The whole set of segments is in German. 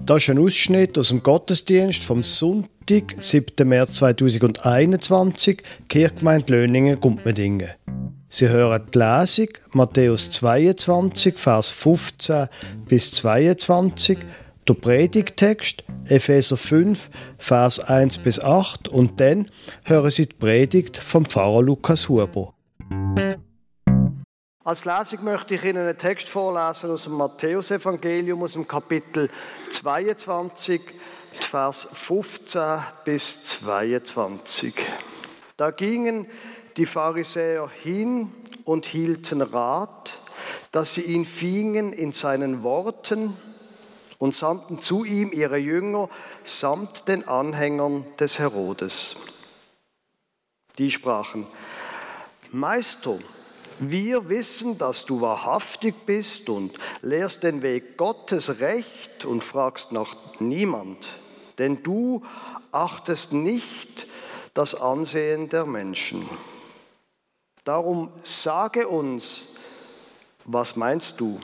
Das ist ein Ausschnitt aus dem Gottesdienst vom Sonntag, 7. März 2021, Kirchgemeinde Löningen-Gumpmedingen. Sie hören die Lesung Matthäus 22, Vers 15 bis 22, der Predigttext Epheser 5, Vers 1 bis 8 und dann hören Sie die Predigt vom Pfarrer Lukas Huber. Als Lesung möchte ich Ihnen einen Text vorlesen aus dem Matthäusevangelium, aus dem Kapitel 22, Vers 15 bis 22. Da gingen die Pharisäer hin und hielten Rat, dass sie ihn fingen in seinen Worten und sandten zu ihm ihre Jünger samt den Anhängern des Herodes. Die sprachen: Meister, wir wissen, dass du wahrhaftig bist und lehrst den Weg Gottes recht und fragst nach niemand, denn du achtest nicht das Ansehen der Menschen. Darum sage uns, was meinst du?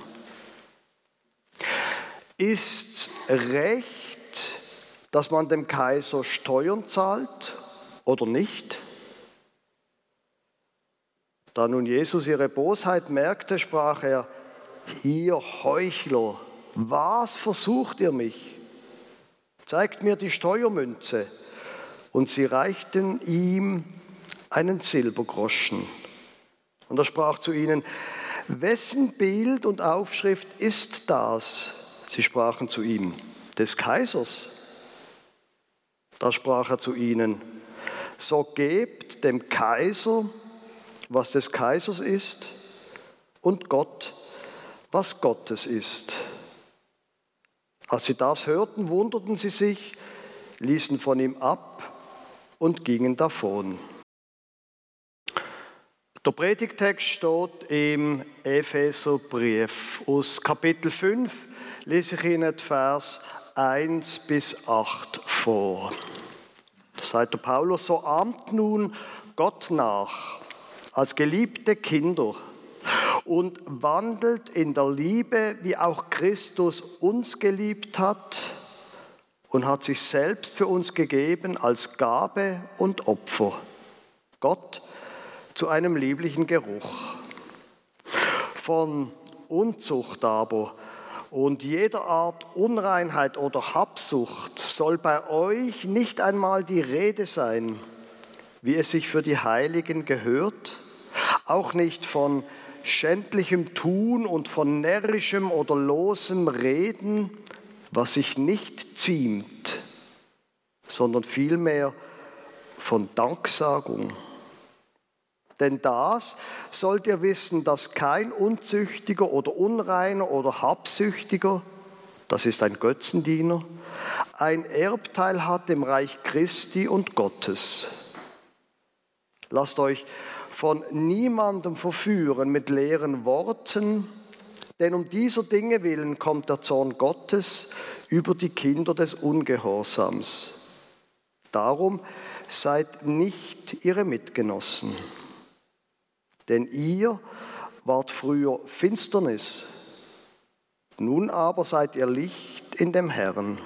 Ist recht, dass man dem Kaiser Steuern zahlt oder nicht? Da nun Jesus ihre Bosheit merkte, sprach er: Ihr Heuchler, was versucht ihr mich? Zeigt mir die Steuermünze. Und sie reichten ihm einen Silbergroschen. Und er sprach zu ihnen: Wessen Bild und Aufschrift ist das? Sie sprachen zu ihm: Des Kaisers. Da sprach er zu ihnen: So gebt dem Kaiser, was des Kaisers ist, und Gott, was Gottes ist. Als sie das hörten, wunderten sie sich, ließen von ihm ab und gingen davon. Der Predigtext steht im Epheserbrief. Aus Kapitel 5 lese ich Ihnen die Vers 1 bis 8 vor. Da sagt der Paulus: So ahmt nun Gott nach als geliebte Kinder und wandelt in der Liebe, wie auch Christus uns geliebt hat und hat sich selbst für uns gegeben als Gabe und Opfer, Gott zu einem lieblichen Geruch. Von Unzucht aber und jeder Art Unreinheit oder Habsucht soll bei euch nicht einmal die Rede sein, wie es sich für die Heiligen gehört, auch nicht von schändlichem Tun und von närrischem oder losem Reden, was sich nicht ziemt, sondern vielmehr von Danksagung. Denn das sollt ihr wissen, dass kein Unzüchtiger oder Unreiner oder Habsüchtiger, das ist ein Götzendiener, ein Erbteil hat im Reich Christi und Gottes. Lasst euch von niemandem verführen mit leeren Worten, denn um dieser Dinge willen kommt der Zorn Gottes über die Kinder des Ungehorsams. Darum seid nicht ihre Mitgenossen. Denn ihr wart früher Finsternis, nun aber seid ihr Licht in dem Herrn.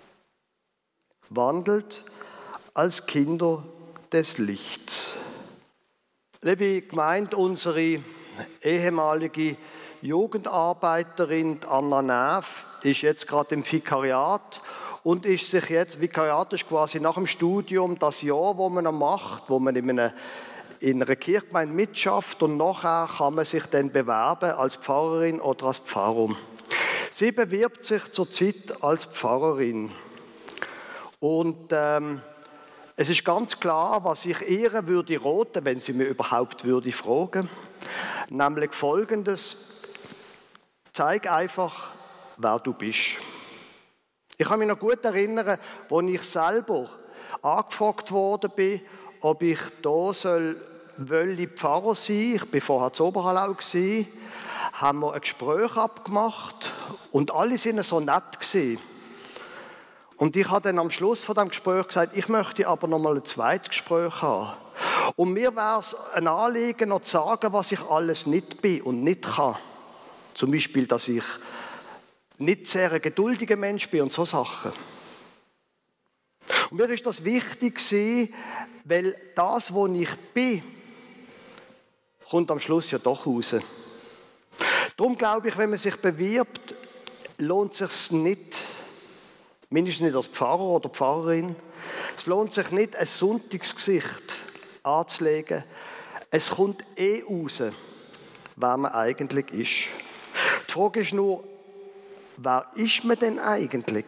Wandelt als Kinder des Lichts. Liebe Gemeinde, unsere ehemalige Jugendarbeiterin Anna Neff ist jetzt gerade im Vikariat und ist sich jetzt, Vikariat ist quasi nach dem Studium das Jahr, wo man macht, wo man in einer Kirchgemeinde mitschafft und nachher kann man sich dann bewerben als Pfarrerin oder als Pfarrer. Sie bewirbt sich zurzeit als Pfarrerin und es ist ganz klar, was ich ihr würde raten, wenn sie mir überhaupt würde fragen, nämlich Folgendes: Zeig einfach, wer du bist. Ich kann mich noch gut erinnern, als ich selber angefragt worden bin, ob ich da Pfarrer sein. Ich war vorher zu Oberhallau, haben wir ein Gespräch abgemacht und alle waren so nett gewesen. Und ich habe dann am Schluss von dem Gespräch gesagt, ich möchte aber noch mal ein zweites Gespräch haben. Und mir wäre es ein Anliegen, noch zu sagen, was ich alles nicht bin und nicht kann. Zum Beispiel, dass ich nicht sehr ein geduldiger Mensch bin und so Sachen. Und mir ist das wichtig gewesen, weil das, wo ich bin, kommt am Schluss ja doch raus. Darum glaube ich, wenn man sich bewirbt, lohnt es sich nicht, mindestens nicht als Pfarrer oder Pfarrerin, es lohnt sich nicht, ein Sonntagsgesicht anzulegen. Es kommt raus, wer man eigentlich ist. Die Frage ist nur, wer ist man denn eigentlich?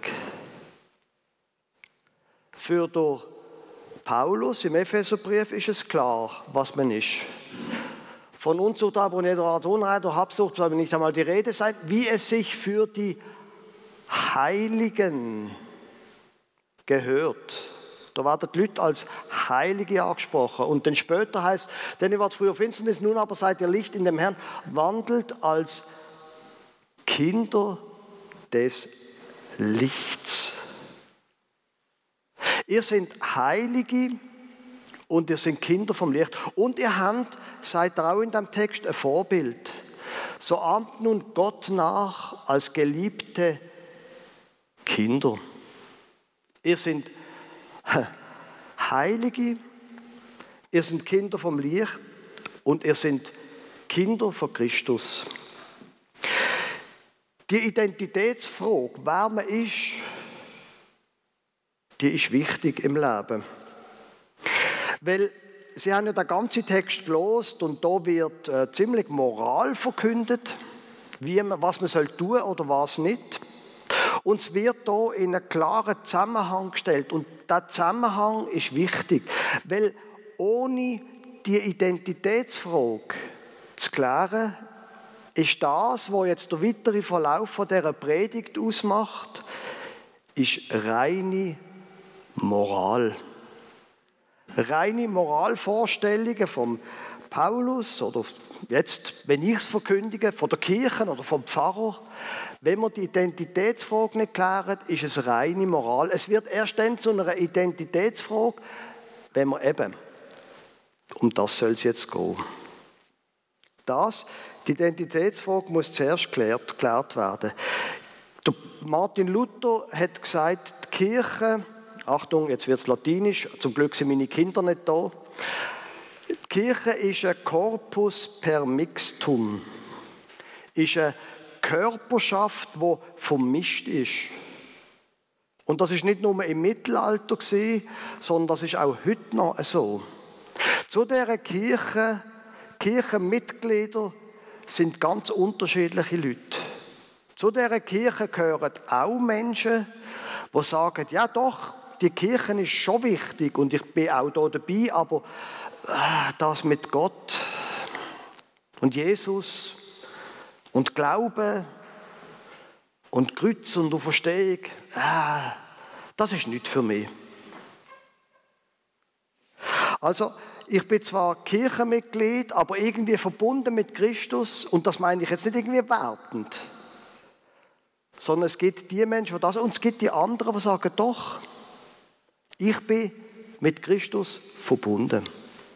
Für den Paulus im Epheserbrief ist es klar, was man ist. Von Unzucht, aber nicht als Unrecht oder Habsucht soll nicht einmal die Rede sein, wie es sich für die Heiligen gehört. Da werden die Leute als Heilige angesprochen. Und dann später heißt, denn ihr wart früher Finsternis, nun aber seid ihr Licht in dem Herrn, wandelt als Kinder des Lichts. Ihr seid Heilige und ihr seid Kinder vom Licht. Und ihr habt, seid ihr auch in dem Text, ein Vorbild. So ahmt nun Gott nach als geliebte Kinder. Ihr seid Heilige, ihr seid Kinder vom Licht und ihr seid Kinder von Christus. Die Identitätsfrage, wer man ist, die ist wichtig im Leben. Weil Sie haben ja den ganzen Text gelesen und da wird ziemlich Moral verkündet, was man soll tun oder was nicht. Und es wird hier in einen klaren Zusammenhang gestellt. Und dieser Zusammenhang ist wichtig, weil ohne die Identitätsfrage zu klären, ist das, was jetzt der weitere Verlauf von dieser Predigt ausmacht, ist reine Moral. Reine Moralvorstellungen vom Paulus oder jetzt, wenn ich es verkündige, von der Kirche oder vom Pfarrer. Wenn man die Identitätsfrage nicht klärt, ist es reine Moral. Es wird erst dann zu einer Identitätsfrage, wenn man eben, um das soll es jetzt gehen. Die Identitätsfrage muss zuerst geklärt werden. Der Martin Luther hat gesagt, die Kirche, Achtung, jetzt wird es latinisch, zum Glück sind meine Kinder nicht da. Die Kirche ist ein Corpus per mixtum, ist eine Körperschaft, die vermischt ist. Und das ist nicht nur im Mittelalter gewesen, sondern das ist auch heute noch so. Zu dieser Kirchenmitglieder sind ganz unterschiedliche Leute. Zu dieser Kirche gehören auch Menschen, die sagen, ja doch, die Kirche ist schon wichtig und ich bin auch da dabei, aber das mit Gott und Jesus und Glaube und Kreuz und Auferstehung, das ist nicht für mich. Also, ich bin zwar Kirchenmitglied, aber irgendwie verbunden mit Christus und das meine ich jetzt nicht irgendwie wertend, sondern es gibt die Menschen, die das und es gibt die anderen, die sagen, doch, ich bin mit Christus verbunden.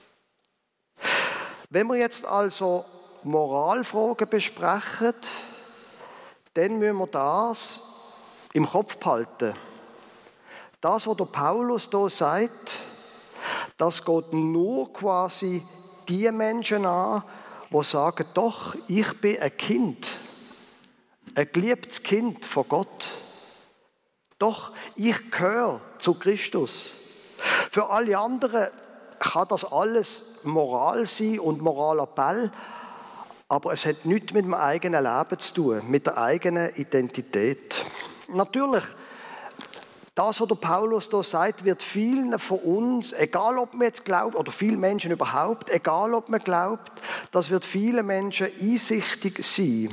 Wenn wir jetzt also Moralfragen besprechen, dann müssen wir das im Kopf behalten. Das, was der Paulus hier sagt, das geht nur quasi die Menschen an, die sagen, doch, ich bin ein Kind, ein geliebtes Kind von Gott. Doch, ich gehöre zu Christus. Für alle anderen kann das alles Moral sein und Moralappell, aber es hat nichts mit dem eigenen Leben zu tun, mit der eigenen Identität. Natürlich, das, was der Paulus hier sagt, wird vielen von uns, egal ob man jetzt glaubt, oder vielen Menschen überhaupt, egal ob man glaubt, das wird vielen Menschen einsichtig sein.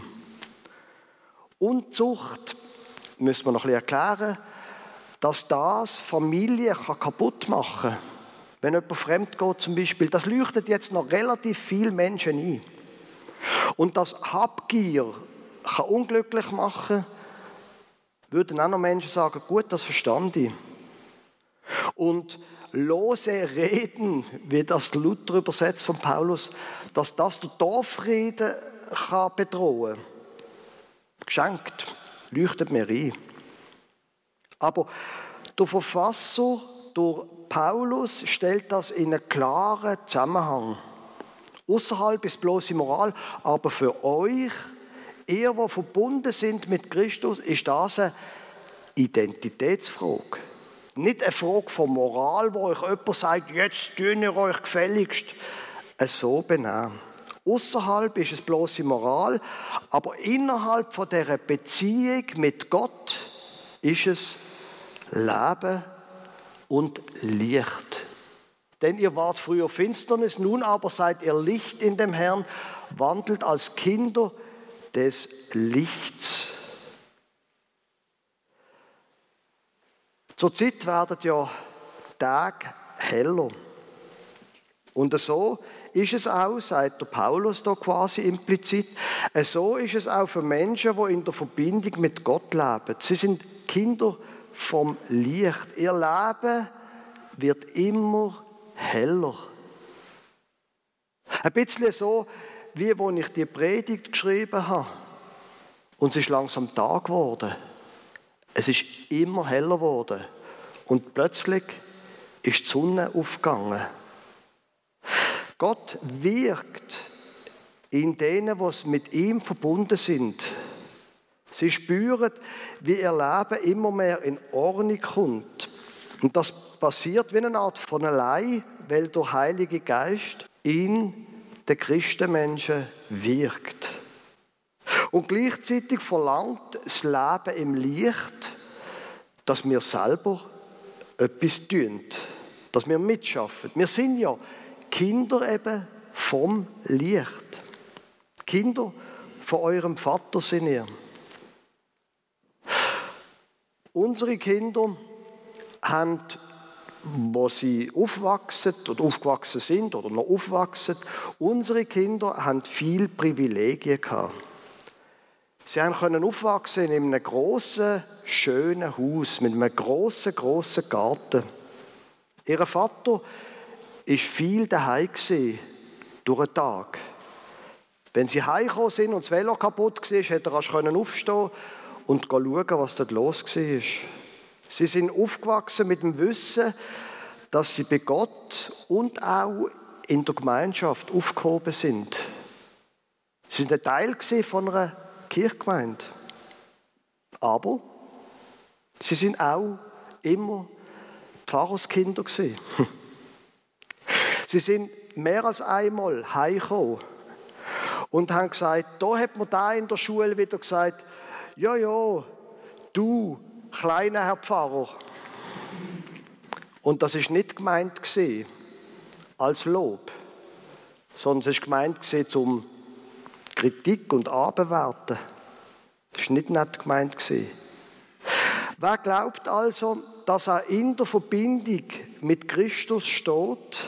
Unzucht, müssen wir noch ein bisschen erklären, dass das Familie kaputt machen kann. Wenn jemand fremd geht zum Beispiel, das leuchtet jetzt noch relativ viele Menschen ein. Und das Habgier kann unglücklich machen, würden auch noch Menschen sagen, gut, das verstand ich. Und lose Reden, wie das Luther übersetzt von Paulus, dass das der Dorfrieden kann bedrohen. Geschenkt. leuchtet mir ein. Aber der Verfasser, der Paulus, stellt das in einen klaren Zusammenhang. Außerhalb ist bloße Moral, aber für euch, ihr, die verbunden sind mit Christus, ist das eine Identitätsfrage. Nicht eine Frage von Moral, wo euch jemand sagt, jetzt tun ihr euch gefälligst so benehmen. Außerhalb ist es bloße Moral, aber innerhalb von dieser Beziehung mit Gott ist es Leben und Licht. Denn ihr wart früher Finsternis, nun aber seid ihr Licht in dem Herrn, wandelt als Kinder des Lichts. Zurzeit werden ja Tage heller. Und so ist es auch, sagt der Paulus da quasi implizit, so ist es auch für Menschen, die in der Verbindung mit Gott leben. Sie sind Kinder vom Licht. Ihr Leben wird immer heller. Ein bisschen so, wie als ich die Predigt geschrieben habe. Und es ist langsam Tag geworden. Es ist immer heller geworden. Und plötzlich ist die Sonne aufgegangen. Gott wirkt in denen, die mit ihm verbunden sind. Sie spüren, wie ihr Leben immer mehr in Ordnung kommt. Und das passiert wie eine Art von allein, weil der Heilige Geist in den Christenmenschen wirkt. Und gleichzeitig verlangt das Leben im Licht, dass wir selber etwas tun, dass wir mitschaffen. Wir sind ja Kinder eben vom Licht. Kinder von eurem Vater sind ihr. Unsere Kinder haben, wo sie aufwachsen oder aufgewachsen sind oder noch aufwachsen, unsere Kinder haben viele Privilegien gehabt. Sie können aufwachsen in einem grossen, schönen Haus mit einem grossen Garten. Ihr Vater war viel daheim durch den Tag. Wenn sie heimgekommen sind und das Velo kaputt war, hätte er rasch aufstehen und schauen, was dort los war. Sie sind aufgewachsen mit dem Wissen, dass sie bei Gott und auch in der Gemeinschaft aufgehoben sind. Sie sind ein Teil von einer Kirchgemeinde. Aber sie sind auch immer Pfarrerskinder gewesen. Sie sind mehr als einmal heimgekommen und haben gesagt, da hat mir da in der Schule wieder gesagt, ja, du, kleiner Herr Pfarrer. Und das ist nicht gemeint gewesen als Lob, sondern es ist gemeint gewesen zum Kritik und Abwerten. Das war nicht nett gemeint gewesen. Wer glaubt also, dass er in der Verbindung mit Christus steht,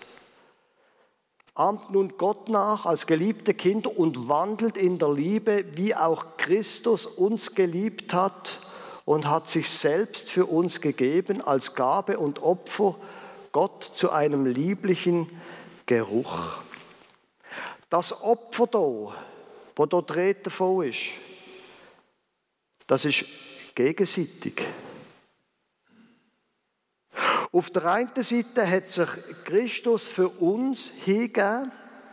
ahmt nun Gott nach als geliebte Kinder und wandelt in der Liebe, wie auch Christus uns geliebt hat und hat sich selbst für uns gegeben als Gabe und Opfer, Gott zu einem lieblichen Geruch. Das Opfer da, das dort die Rede davon ist, das ist gegenseitig. Auf der einen Seite hat sich Christus für uns hingegeben.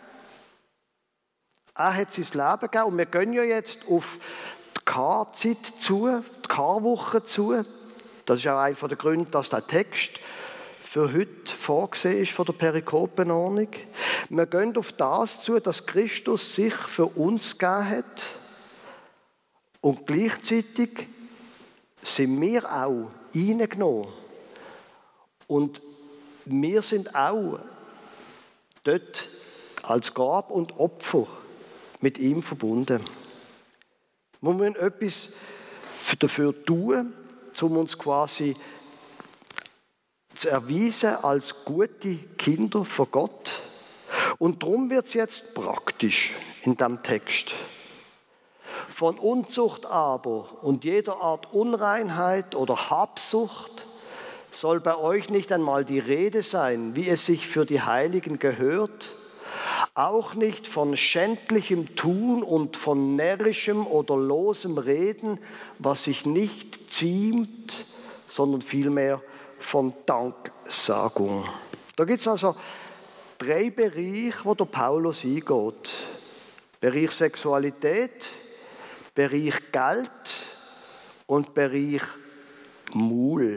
Er hat sein Leben gegeben. Und wir gehen ja jetzt auf die K-Zeit zu, die K-Woche zu. Das ist auch einer der Gründe, dass der Text für heute vorgesehen ist von der Perikopenordnung. Wir gehen auf das zu, dass Christus sich für uns gegeben hat. Und gleichzeitig sind wir auch eingenommen. Und wir sind auch dort als Gab und Opfer mit ihm verbunden. Wir müssen etwas dafür tun, um uns quasi zu erweisen als gute Kinder von Gott. Und darum wird es jetzt praktisch in diesem Text. Von Unzucht aber und jeder Art Unreinheit oder Habsucht soll bei euch nicht einmal die Rede sein, wie es sich für die Heiligen gehört, Auch nicht von schändlichem Tun und von närrischem oder losem Reden, was sich nicht ziemt, sondern vielmehr von Danksagung. Da gibt es also 3 Bereiche, wo der Paulus eingeht. Bereich Sexualität, Bereich Geld und Bereich Maul.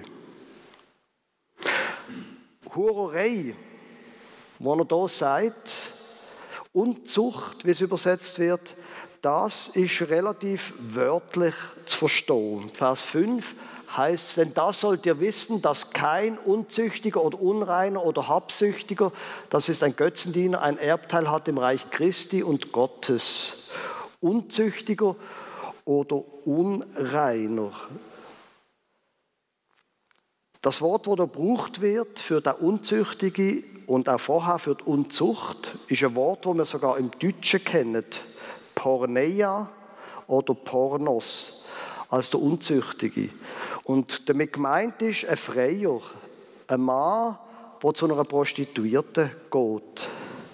Hurerei, wo er hier sagt, Unzucht, wie es übersetzt wird, das ist relativ wörtlich zu verstehen. Vers 5 heißt, denn das sollt ihr wissen, dass kein Unzüchtiger oder Unreiner oder Habsüchtiger, das ist ein Götzendiener, ein Erbteil hat im Reich Christi und Gottes. Unzüchtiger oder Unreiner. Das Wort, das da gebraucht wird für den Unzüchtige und auch vorher für die Unzucht, ist ein Wort, das wir sogar im Deutschen kennen. Porneia oder Pornos, als der Unzüchtige. Und damit gemeint ist ein Freier, ein Mann, der zu einer Prostituierten geht.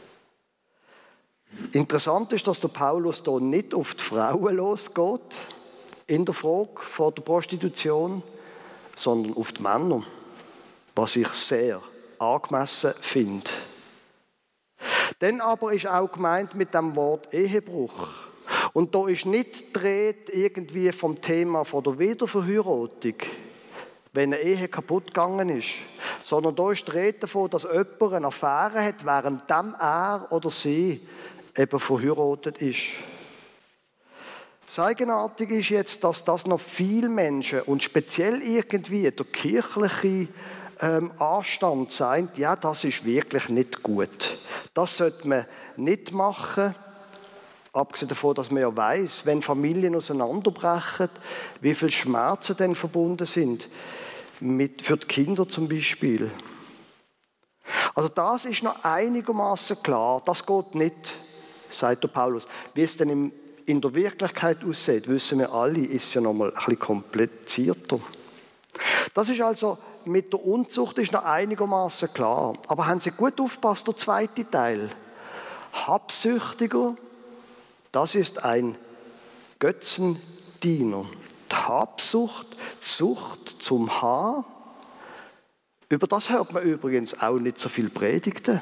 Interessant ist, dass der Paulus hier nicht auf die Frauen losgeht, in der Frage von der Prostitution, sondern auf die Männer, was ich sehr angemessen finde. Dann aber ist auch gemeint mit dem Wort Ehebruch. Und da ist nicht die Rede irgendwie vom Thema von der Wiederverheiratung, wenn eine Ehe kaputt gegangen ist, sondern da ist die Rede davon, dass jemand eine Affäre hat, während er oder sie eben verheiratet ist. Das Eigenartige ist jetzt, dass das noch viele Menschen und speziell irgendwie der kirchliche Anstand sagt, ja, das ist wirklich nicht gut. Das sollte man nicht machen, abgesehen davon, dass man ja weiss, wenn Familien auseinanderbrechen, wie viele Schmerzen denn verbunden sind, für die Kinder zum Beispiel. Also das ist noch einigermaßen klar, das geht nicht, sagt der Paulus. Wie es denn in der Wirklichkeit aussieht, wissen wir alle, ist ja noch mal ein bisschen komplizierter. Das ist also mit der Unzucht ist noch einigermaßen klar. Aber haben Sie gut aufgepasst, der zweite Teil. Habsüchtiger, das ist ein Götzendiener. Die Habsucht, die Sucht zum Haar. Über das hört man übrigens auch nicht so viel Predigten.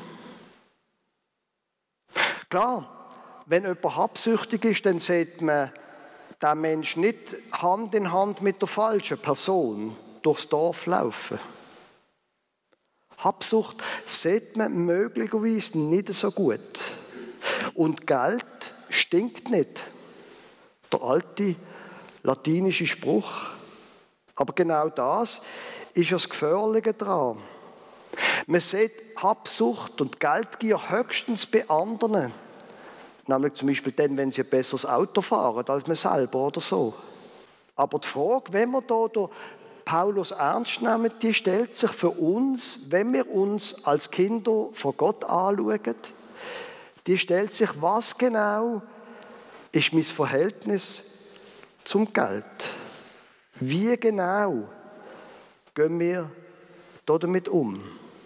Klar, wenn jemand habsüchtig ist, dann sieht man den Menschen nicht Hand in Hand mit der falschen Person durchs Dorf laufen. Habsucht sieht man möglicherweise nicht so gut. Und Geld stinkt nicht. Der alte latinische Spruch. Aber genau das ist das Gefährliche daran. Man sieht Habsucht und Geldgier höchstens bei anderen. Nämlich zum Beispiel dann, wenn sie ein besseres Auto fahren als man selber oder so. Aber die Frage, wenn wir da Paulus ernst nehmen, die stellt sich für uns, wenn wir uns als Kinder von Gott anschauen, die stellt sich, was genau ist mein Verhältnis zum Geld? Wie genau gehen wir damit um?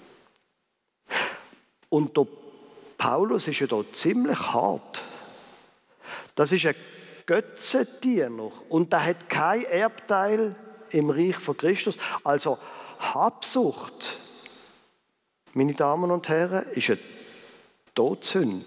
Und der Paulus ist ja da ziemlich hart. Das ist ein Götzendiener und der hat kein Erbteil im Reich von Christus. Also Habsucht, meine Damen und Herren, ist eine Todsünde.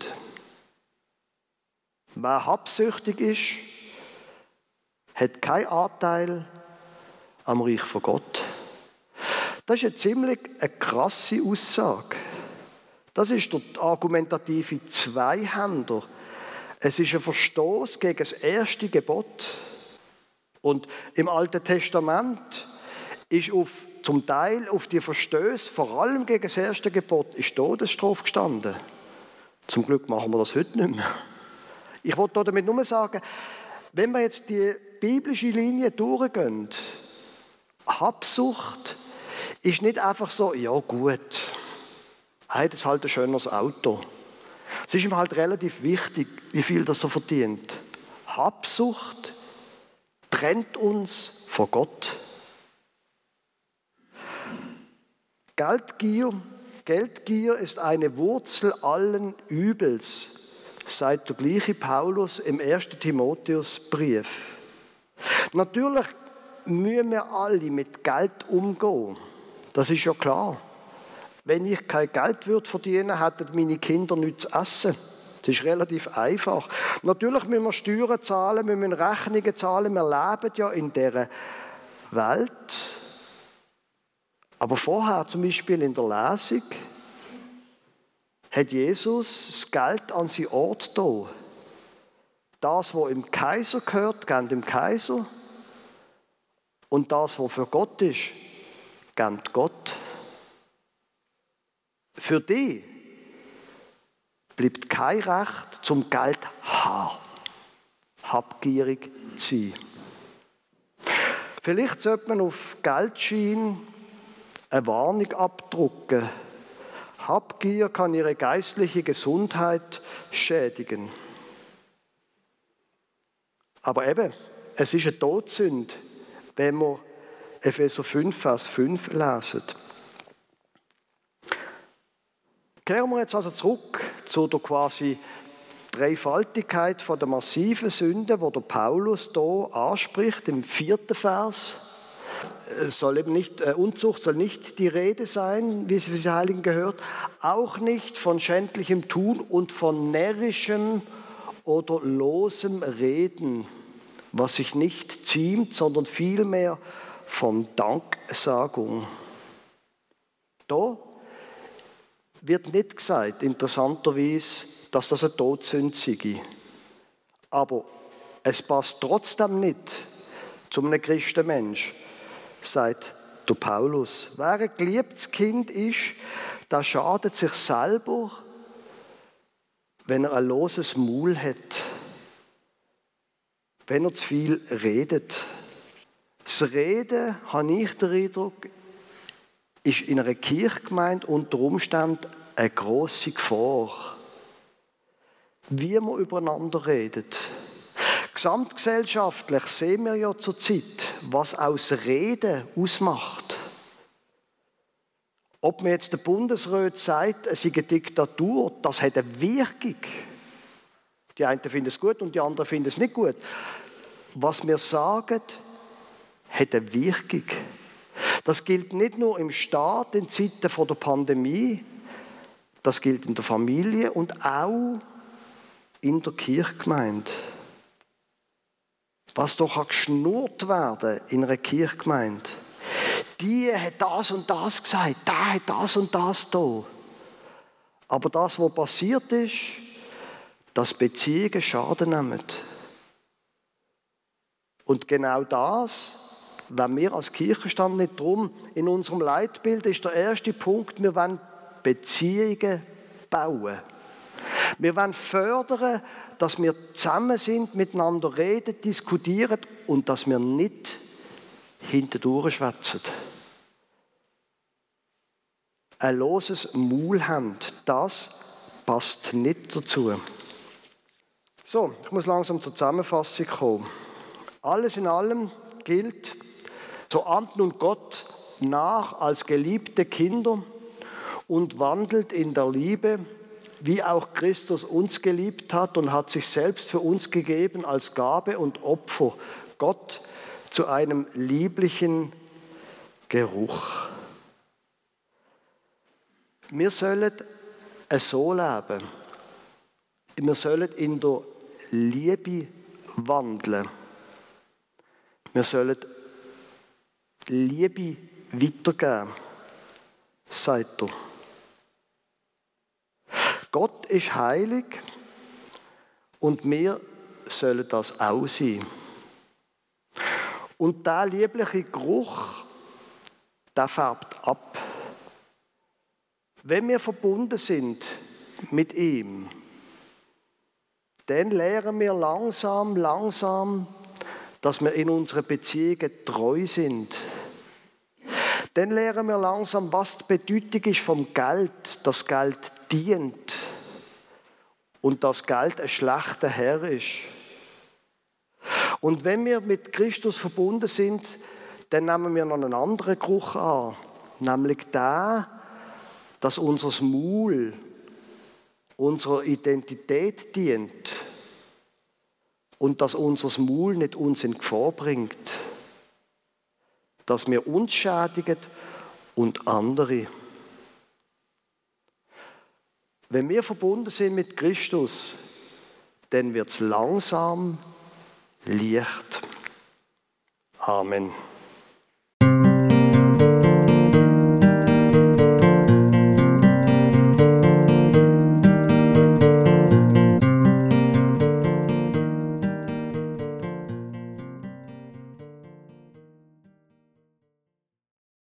Wer habsüchtig ist, hat keinen Anteil am Reich von Gott. Das ist eine ziemlich krasse Aussage. Das ist der argumentative Zweihänder. Es ist ein Verstoß gegen das erste Gebot. Und im Alten Testament ist zum Teil auf die Verstöße, vor allem gegen das erste Gebot, ist Todesstrafe gestanden. Zum Glück machen wir das heute nicht mehr. Ich wollte damit nur sagen, wenn wir jetzt die biblische Linie durchgehen, Habsucht ist nicht einfach so, ja gut, er hat jetzt halt ein schönes Auto. Es ist ihm halt relativ wichtig, wie viel das er verdient. Habsucht trennt uns von Gott. Geldgier Geldgier ist eine Wurzel allen Übels, sagt der gleiche Paulus im 1. Timotheusbrief. Natürlich müssen wir alle mit Geld umgehen. Das ist ja klar. Wenn ich kein Geld würde verdienen, hätten meine Kinder nichts zu essen. Das ist relativ einfach. Natürlich müssen wir Steuern zahlen, wir müssen Rechnungen zahlen. Wir leben ja in dieser Welt. Aber vorher, zum Beispiel in der Lesung, hat Jesus das Geld an seinen Ort getan. Das, was im Kaiser gehört, geht dem Kaiser. Und das, was für Gott ist, geht Gott. Für die bleibt kein Recht zum Geld haben, habgierig zu sein. Vielleicht sollte man auf Geldschein eine Warnung abdrucken. Habgier kann ihre geistliche Gesundheit schädigen. Aber eben, es ist eine Todsünde, wenn wir Epheser 5, Vers 5 lesen. Kehren wir jetzt also zurück zu der quasi Dreifaltigkeit von der massiven Sünde, die der Paulus hier anspricht, im 4. Vers. Es soll eben nicht, Unzucht soll nicht die Rede sein, wie es für die Heiligen gehört, auch nicht von schändlichem Tun und von närrischem oder losem Reden, was sich nicht ziemt, sondern vielmehr von Danksagung. Da wird nicht gesagt, interessanterweise, dass das eine Todsünde sei. Aber es passt trotzdem nicht zu einem Christenmensch, sagt der Paulus. Wer ein geliebtes Kind ist, der schadet sich selber, wenn er ein loses Maul hat, wenn er zu viel redet. Das Reden, habe ich den Eindruck, ist in einer Kirchgemeinde unter Umständen eine grosse Gefahr. Wie man übereinander redet. Gesamtgesellschaftlich sehen wir ja zurzeit, was aus Reden ausmacht. Ob mir jetzt der Bundesrat sagt, es sei eine Diktatur, das hat eine Wirkung. Die einen finden es gut und die anderen finden es nicht gut. Was wir sagen, hat eine Wirkung. Das gilt nicht nur im Staat in Zeiten der Pandemie, das gilt in der Familie und auch in der Kirchgemeinde. Was doch geschnurrt werden in einer Kirchgemeinde. Die hat das und das gesagt, der hat das und das da. Aber das, was passiert ist, dass Beziehungen Schaden nehmen. Und genau das, wenn wir als Kirchenstand nicht drum, in unserem Leitbild ist der erste Punkt, wir wollen Beziehungen bauen. Wir wollen fördern, dass wir zusammen sind, miteinander reden, diskutieren und dass wir nicht hintendurch schwätzen. Ein loses Maul haben, das passt nicht dazu. So, ich muss langsam zur Zusammenfassung kommen. Alles in allem gilt, so ahmt nun Gott nach als geliebte Kinder und wandelt in der Liebe, wie auch Christus uns geliebt hat und hat sich selbst für uns gegeben als Gabe und Opfer, Gott zu einem lieblichen Geruch. Wir sollen so leben. Wir sollen in der Liebe wandeln. Wir sollen Liebe weitergeben, sagt er. Gott ist heilig und wir sollen das auch sein. Und der liebliche Geruch, der färbt ab. Wenn wir verbunden sind mit ihm, dann lernen wir langsam, dass wir in unseren Beziehungen treu sind. Dann lernen wir langsam, was die Bedeutung ist vom Geld, dass Geld dient und dass Geld ein schlechter Herr ist. Und wenn wir mit Christus verbunden sind, dann nehmen wir noch einen anderen Geruch an, nämlich der, dass unser Maul unserer Identität dient und dass unser Maul nicht uns in Gefahr bringt, dass wir uns schädigen und andere. Wenn wir verbunden sind mit Christus, dann wird es langsam leicht. Amen.